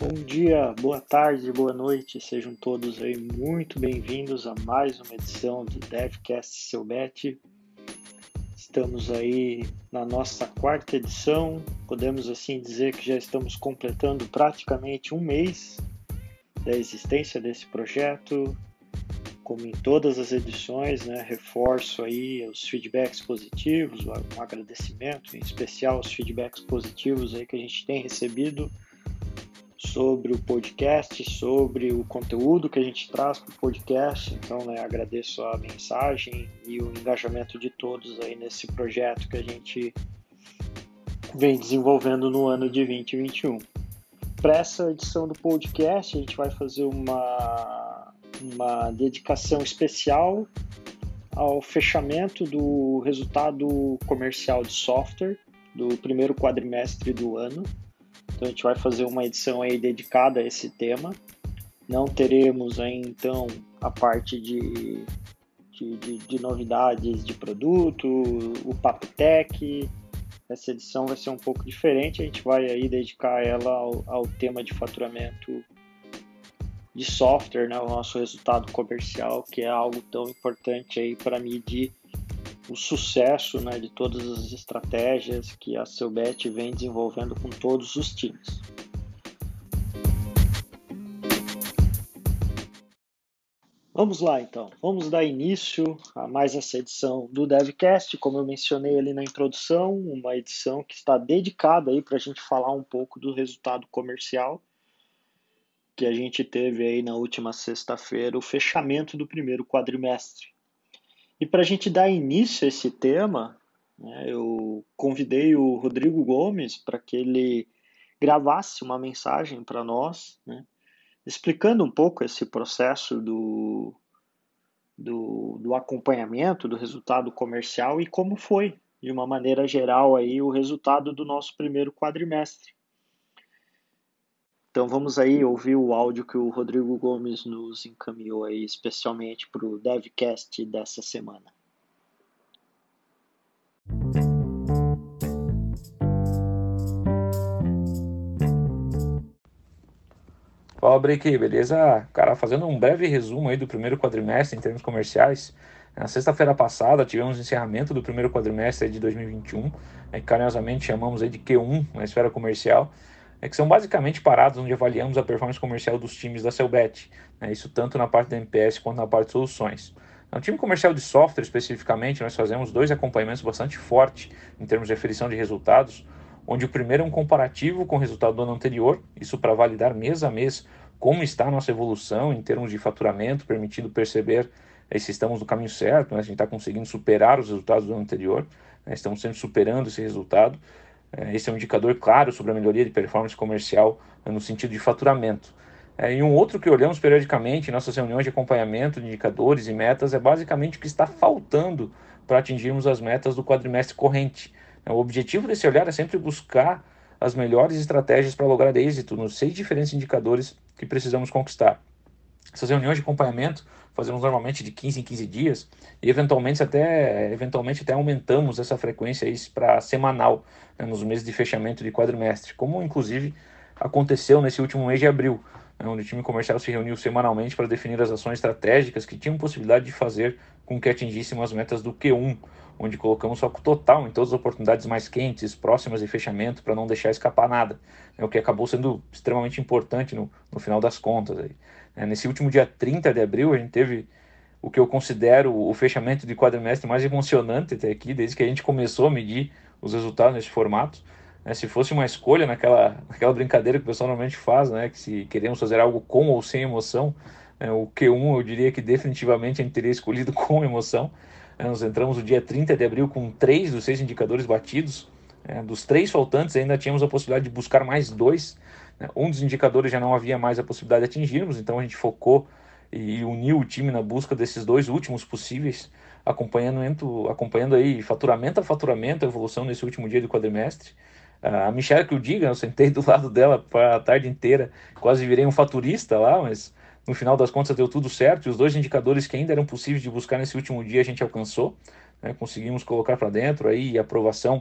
Bom dia, boa tarde, boa noite, sejam todos aí muito bem-vindos a mais uma edição do DevCast Seu Bet. Estamos aí na nossa quarta edição, podemos assim dizer que já estamos completando praticamente um mês da existência desse projeto. Como em todas as edições, né, reforço aí os feedbacks positivos, um agradecimento, em especial os feedbacks positivos aí que a gente tem recebido sobre o podcast, sobre o conteúdo que a gente traz para o podcast. Então, né, agradeço a mensagem e o engajamento de todos aí nesse projeto que a gente vem desenvolvendo no ano de 2021. Para essa edição do podcast, a gente vai fazer uma dedicação especial ao fechamento do resultado comercial de software do primeiro quadrimestre do ano. Então a gente vai fazer uma edição aí dedicada a esse tema. Não teremos aí então a parte de novidades de produto, o Papo Tech. Essa edição vai ser um pouco diferente, a gente vai aí dedicar ela ao tema de faturamento de software, né, o nosso resultado comercial, que é algo tão importante aí para medir o sucesso, né, de todas as estratégias que a Seu Bet vem desenvolvendo com todos os times. Vamos lá então, vamos dar início a mais essa edição do DevCast, como eu mencionei ali na introdução, uma edição que está dedicada aí para a gente falar um pouco do resultado comercial que a gente teve aí na última sexta-feira, o fechamento do primeiro quadrimestre. E para a gente dar início a esse tema, né, eu convidei o Rodrigo Gomes para que ele gravasse uma mensagem para nós, né, explicando um pouco esse processo do acompanhamento do resultado comercial e como foi, de uma maneira geral, aí, o resultado do nosso primeiro quadrimestre. Então vamos aí ouvir o áudio que o Rodrigo Gomes nos encaminhou aí, especialmente para o DevCast dessa semana. Fala, Break, beleza? Cara, fazendo um breve resumo aí do primeiro quadrimestre em termos comerciais. Na sexta-feira passada tivemos o encerramento do primeiro quadrimestre de 2021, que carinhosamente chamamos aí de Q1 na esfera comercial, que são basicamente paradas onde avaliamos a performance comercial dos times da Seu Bet, isso tanto na parte da NPS quanto na parte de soluções. No time comercial de software especificamente, nós fazemos dois acompanhamentos bastante fortes em termos de aferição de resultados, onde o primeiro é um comparativo com o resultado do ano anterior, isso para validar mês a mês como está a nossa evolução em termos de faturamento, permitindo perceber se estamos no caminho certo, né? A gente está conseguindo superar os resultados do ano anterior, né? Estamos sempre superando esse resultado. Esse é um indicador claro sobre a melhoria de performance comercial no sentido de faturamento. E um outro que olhamos periodicamente em nossas reuniões de acompanhamento de indicadores e metas é basicamente o que está faltando para atingirmos as metas do quadrimestre corrente. O objetivo desse olhar é sempre buscar as melhores estratégias para lograr êxito nos 6 diferentes indicadores que precisamos conquistar. Essas reuniões de acompanhamento fazemos normalmente de 15 em 15 dias e eventualmente até aumentamos essa frequência para semanal, né, nos meses de fechamento de quadrimestre, como inclusive aconteceu nesse último mês de abril, né, onde o time comercial se reuniu semanalmente para definir as ações estratégicas que tinham possibilidade de fazer com que atingíssemos as metas do Q1, onde colocamos foco total em todas as oportunidades mais quentes, próximas de fechamento, para não deixar escapar nada, o que acabou sendo extremamente importante no final das contas. Aí. Nesse último dia 30 de abril, a gente teve o que eu considero o fechamento de quadrimestre mais emocionante até aqui, desde que a gente começou a medir os resultados nesse formato. Se fosse uma escolha naquela brincadeira que o pessoal normalmente faz, né, que se queremos fazer algo com ou sem emoção, o Q1 eu diria que definitivamente a gente teria escolhido com emoção. Nós entramos no dia 30 de abril com 3 dos 6 indicadores batidos. Dos 3 faltantes ainda tínhamos a possibilidade de buscar mais 2. Um dos indicadores já não havia mais a possibilidade de atingirmos, então a gente focou e uniu o time na busca desses 2 últimos possíveis, acompanhando aí faturamento a faturamento a evolução nesse último dia do quadrimestre. A Michelle que eu diga, eu sentei do lado dela para a tarde inteira, quase virei um faturista lá, mas no final das contas deu tudo certo, e os 2 indicadores que ainda eram possíveis de buscar nesse último dia a gente alcançou, né? Conseguimos colocar para dentro aí a aprovação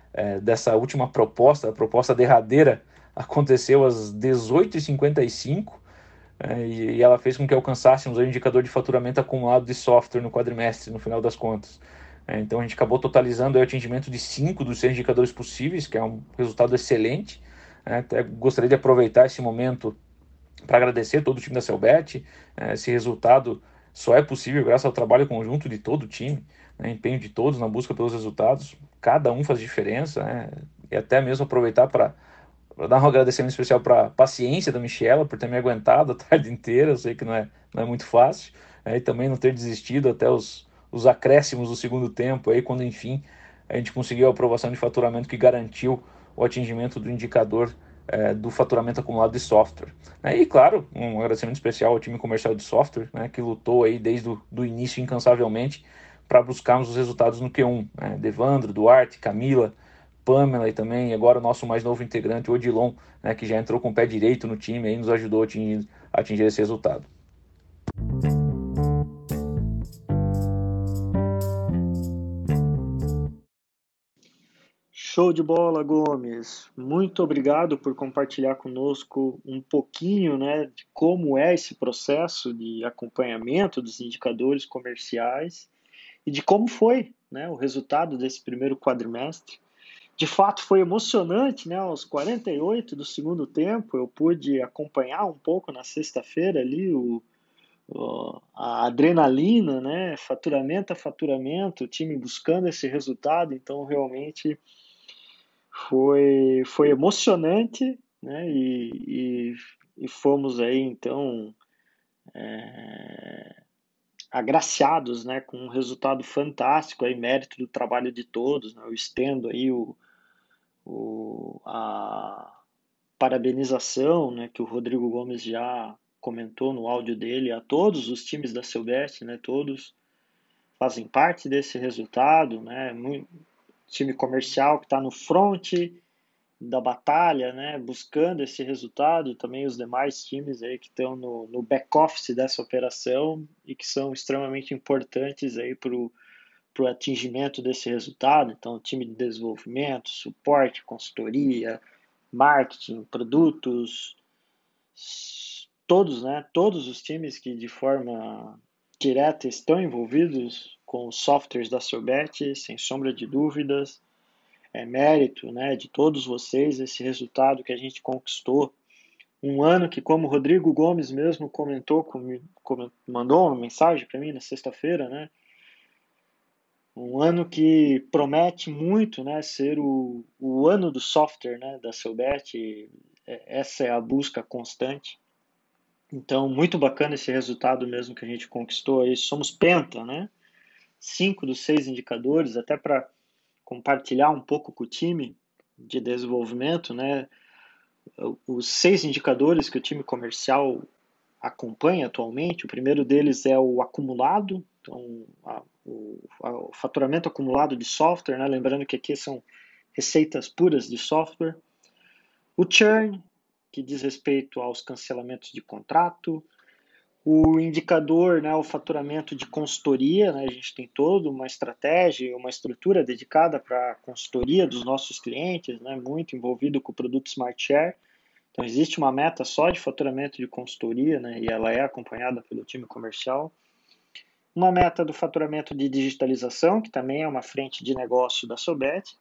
dessa última proposta, a proposta derradeira, aconteceu às 18h55, e ela fez com que alcançássemos o indicador de faturamento acumulado de software no quadrimestre, no final das contas. Então a gente acabou totalizando o atingimento de 5 dos 6 indicadores possíveis, que é um resultado excelente. Até gostaria de aproveitar esse momento para agradecer todo o time da Selbet. Esse resultado só é possível graças ao trabalho conjunto de todo o time, empenho de todos na busca pelos resultados. Cada um faz diferença, e até mesmo aproveitar para dar um agradecimento especial para a paciência da Michela por ter me aguentado a tarde inteira. Eu sei que não é muito fácil, e também não ter desistido até os acréscimos do segundo tempo, aí, quando enfim a gente conseguiu a aprovação de faturamento que garantiu o atingimento do indicador do faturamento acumulado de software. E claro, um agradecimento especial ao time comercial de software, que lutou aí desde o início incansavelmente para buscarmos os resultados no Q1. Devandro, Duarte, Camila, Pamela e também agora o nosso mais novo integrante, o Odilon, que já entrou com o pé direito no time e nos ajudou a atingir esse resultado. Show de bola, Gomes. Muito obrigado por compartilhar conosco um pouquinho, de como é esse processo de acompanhamento dos indicadores comerciais e de como foi, o resultado desse primeiro quadrimestre. De fato, foi emocionante, aos 48 do segundo tempo, eu pude acompanhar um pouco na sexta-feira ali a adrenalina, faturamento a faturamento, o time buscando esse resultado. Então realmente foi emocionante, e fomos aí então agraciados, com um resultado fantástico, aí, mérito do trabalho de todos. Eu estendo aí a parabenização, que o Rodrigo Gomes já comentou no áudio dele, a todos os times da Selbet, todos fazem parte desse resultado, time comercial que está no front da batalha, buscando esse resultado, também os demais times aí que estão no back-office dessa operação e que são extremamente importantes aí para o atingimento desse resultado. Então, time de desenvolvimento, suporte, consultoria, marketing, produtos, todos os times que de forma direta estão envolvidos com os softwares da Selbet, sem sombra de dúvidas. É mérito, de todos vocês esse resultado que a gente conquistou. Um ano que, como o Rodrigo Gomes mesmo comentou, mandou uma mensagem para mim na sexta-feira, um ano que promete muito, ser o ano do software, da Selbet. Essa é a busca constante. Então, muito bacana esse resultado mesmo que a gente conquistou aí. Somos penta, 5 dos 6 indicadores, até para compartilhar um pouco com o time de desenvolvimento, os 6 indicadores que o time comercial acompanha atualmente. O primeiro deles é o acumulado, então o faturamento acumulado de software, lembrando que aqui são receitas puras de software. O churn, que diz respeito aos cancelamentos de contrato. O indicador, o faturamento de consultoria, a gente tem toda uma estratégia, uma estrutura dedicada para a consultoria dos nossos clientes, muito envolvido com o produto SmartShare. Então, existe uma meta só de faturamento de consultoria, e ela é acompanhada pelo time comercial. Uma meta do faturamento de digitalização, que também é uma frente de negócio da Selbet.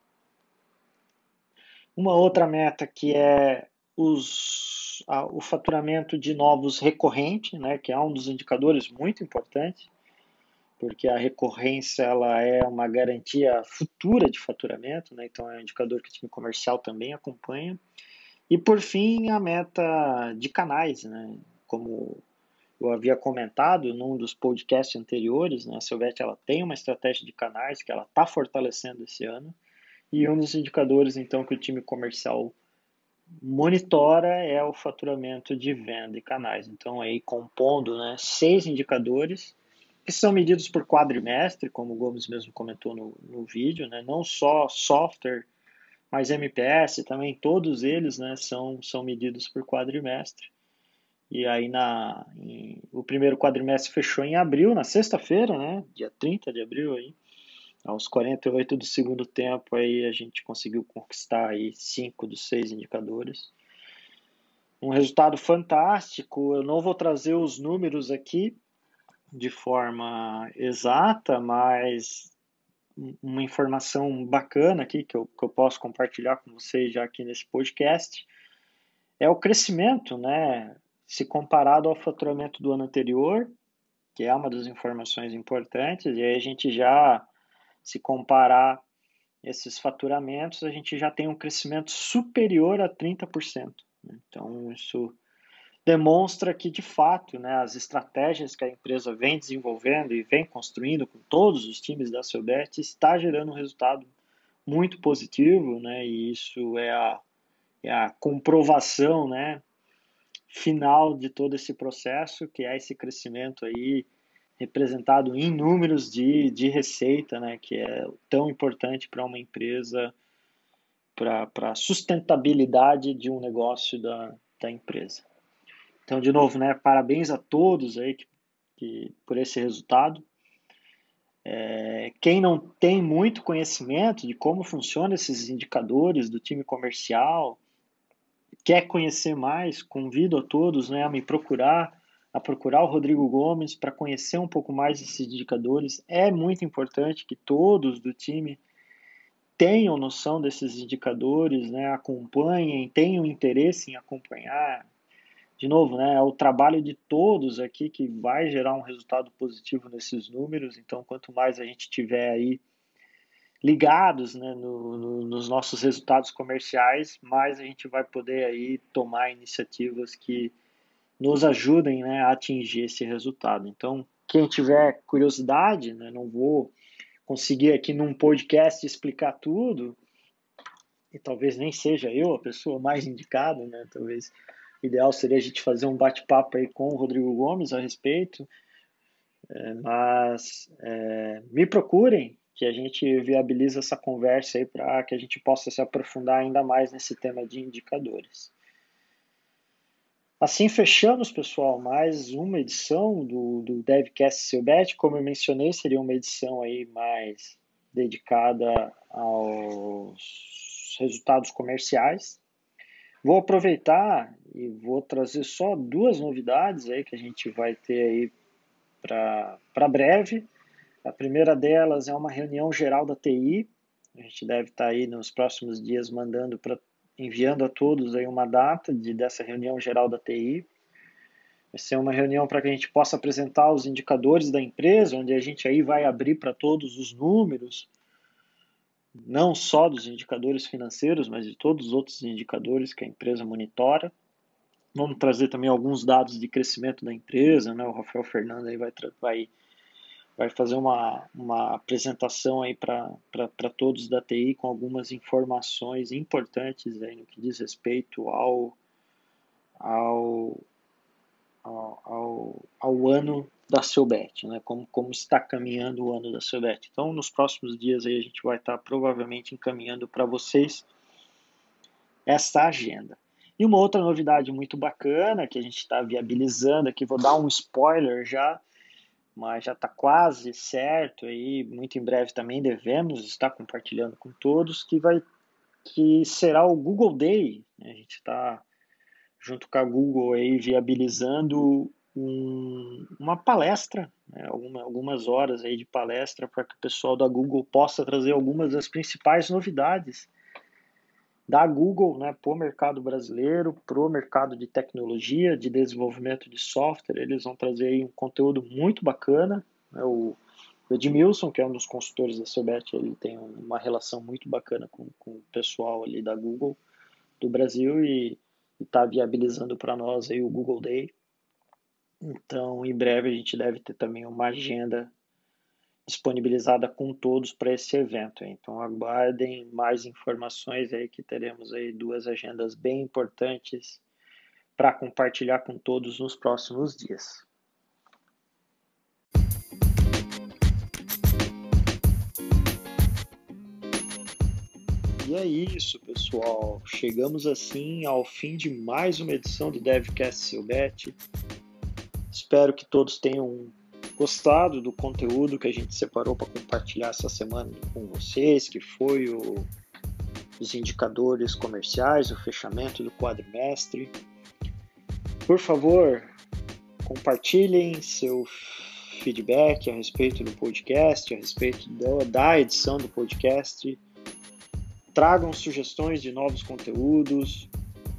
Uma outra meta que é o faturamento de novos recorrentes, que é um dos indicadores muito importantes, porque a recorrência ela é uma garantia futura de faturamento, então é um indicador que o time comercial também acompanha. E por fim, a meta de canais, como eu havia comentado num dos podcasts anteriores, a Selbet ela tem uma estratégia de canais que ela está fortalecendo esse ano, e um dos indicadores então que o time comercial monitora é o faturamento de venda e canais. Então, aí compondo 6 indicadores que são medidos por quadrimestre, como o Gomes mesmo comentou no vídeo, não só software, mas MPS também, todos eles são medidos por quadrimestre. E aí o primeiro quadrimestre fechou em abril, na sexta-feira, dia 30 de abril, aí, Aos 48 do segundo tempo, aí a gente conseguiu conquistar aí 5 dos 6 indicadores. Um resultado fantástico. Eu não vou trazer os números aqui de forma exata, mas uma informação bacana aqui que eu posso compartilhar com vocês já aqui nesse podcast é o crescimento, né? Se comparado ao faturamento do ano anterior, que é uma das informações importantes, e aí a gente já, se comparar esses faturamentos, a gente já tem um crescimento superior a 30%. Então, isso demonstra que, de fato, né, as estratégias que a empresa vem desenvolvendo e vem construindo com todos os times da Selbet está gerando um resultado muito positivo, né, e isso é a comprovação, né, final de todo esse processo, que é esse crescimento aí representado em números de receita, né, que é tão importante para uma empresa, para a sustentabilidade de um negócio da empresa. Então, de novo, né, parabéns a todos aí por esse resultado. Quem não tem muito conhecimento de como funcionam esses indicadores do time comercial, quer conhecer mais, convido a todos, né, a procurar o Rodrigo Gomes para conhecer um pouco mais esses indicadores. É muito importante que todos do time tenham noção desses indicadores, né, acompanhem, tenham interesse em acompanhar. De novo, né, é o trabalho de todos aqui que vai gerar um resultado positivo nesses números. Então, quanto mais a gente tiver aí ligados, né, nos nossos resultados comerciais, mais a gente vai poder aí tomar iniciativas que nos ajudem, né, a atingir esse resultado. Então, quem tiver curiosidade, né, não vou conseguir aqui num podcast explicar tudo, e talvez nem seja eu a pessoa mais indicada, né, talvez o ideal seria a gente fazer um bate-papo aí com o Rodrigo Gomes a respeito, mas me procurem, que a gente viabiliza essa conversa aí para que a gente possa se aprofundar ainda mais nesse tema de indicadores. Assim fechamos, pessoal, mais uma edição do DevCast Selbet. Como eu mencionei, seria uma edição aí mais dedicada aos resultados comerciais. Vou aproveitar e vou trazer só 2 novidades aí que a gente vai ter aí para breve. A primeira delas é uma reunião geral da TI. A gente deve estar aí nos próximos dias enviando a todos aí uma data dessa reunião geral da TI. Vai ser uma reunião para que a gente possa apresentar os indicadores da empresa, onde a gente aí vai abrir para todos os números, não só dos indicadores financeiros, mas de todos os outros indicadores que a empresa monitora. Vamos trazer também alguns dados de crescimento da empresa, né? O Rafael Fernando aí vai fazer uma apresentação aí para todos da TI com algumas informações importantes aí no que diz respeito ao ano da Selbet, né? Como está caminhando o ano da Selbet. Então, nos próximos dias aí a gente vai estar provavelmente encaminhando para vocês essa agenda. E uma outra novidade muito bacana que a gente está viabilizando aqui, vou dar um spoiler já, mas já está quase certo aí, muito em breve também devemos estar compartilhando com todos, que será o Google Day. A gente está junto com a Google aí viabilizando uma palestra, né, algumas horas aí de palestra para que o pessoal da Google possa trazer algumas das principais novidades da Google, né, para o mercado brasileiro, para o mercado de tecnologia, de desenvolvimento de software. Eles vão trazer aí um conteúdo muito bacana, né, o Edmilson, que é um dos consultores da Selbet, ele tem uma relação muito bacana com o pessoal ali da Google do Brasil e está viabilizando para nós aí o Google Day. Então, em breve a gente deve ter também uma agenda disponibilizada com todos para esse evento. Então, aguardem mais informações aí, que teremos aí 2 agendas bem importantes para compartilhar com todos nos próximos dias. E é isso, pessoal. Chegamos assim ao fim de mais uma edição do DevCast Selbet. Espero que todos tenham gostado do conteúdo que a gente separou para compartilhar essa semana com vocês, que foi os indicadores comerciais, o fechamento do quadrimestre. Por favor, compartilhem seu feedback a respeito do podcast, a respeito da edição do podcast. Tragam sugestões de novos conteúdos.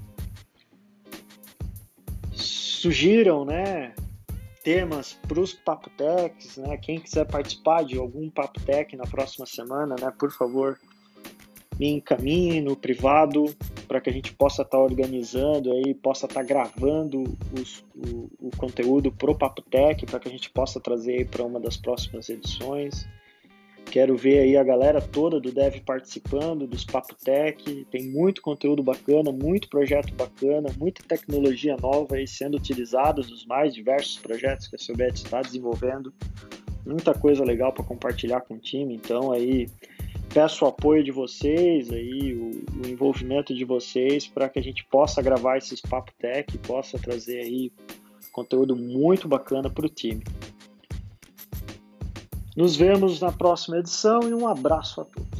Sugiram, temas para os Papo Techs, Quem quiser participar de algum Papo Tech na próxima semana, por favor, me encaminhe no privado para que a gente possa estar organizando aí, possa estar gravando o conteúdo pro Papo Tech, para que a gente possa trazer aí para uma das próximas edições. Quero ver aí a galera toda do Dev participando dos Papo Tech. Tem muito conteúdo bacana, muito projeto bacana, muita tecnologia nova aí sendo utilizada nos mais diversos projetos que a Seubet está desenvolvendo. Muita coisa legal para compartilhar com o time. Então aí peço o apoio de vocês, aí, o envolvimento de vocês para que a gente possa gravar esses Papo Tech e possa trazer aí conteúdo muito bacana para o time. Nos vemos na próxima edição e um abraço a todos.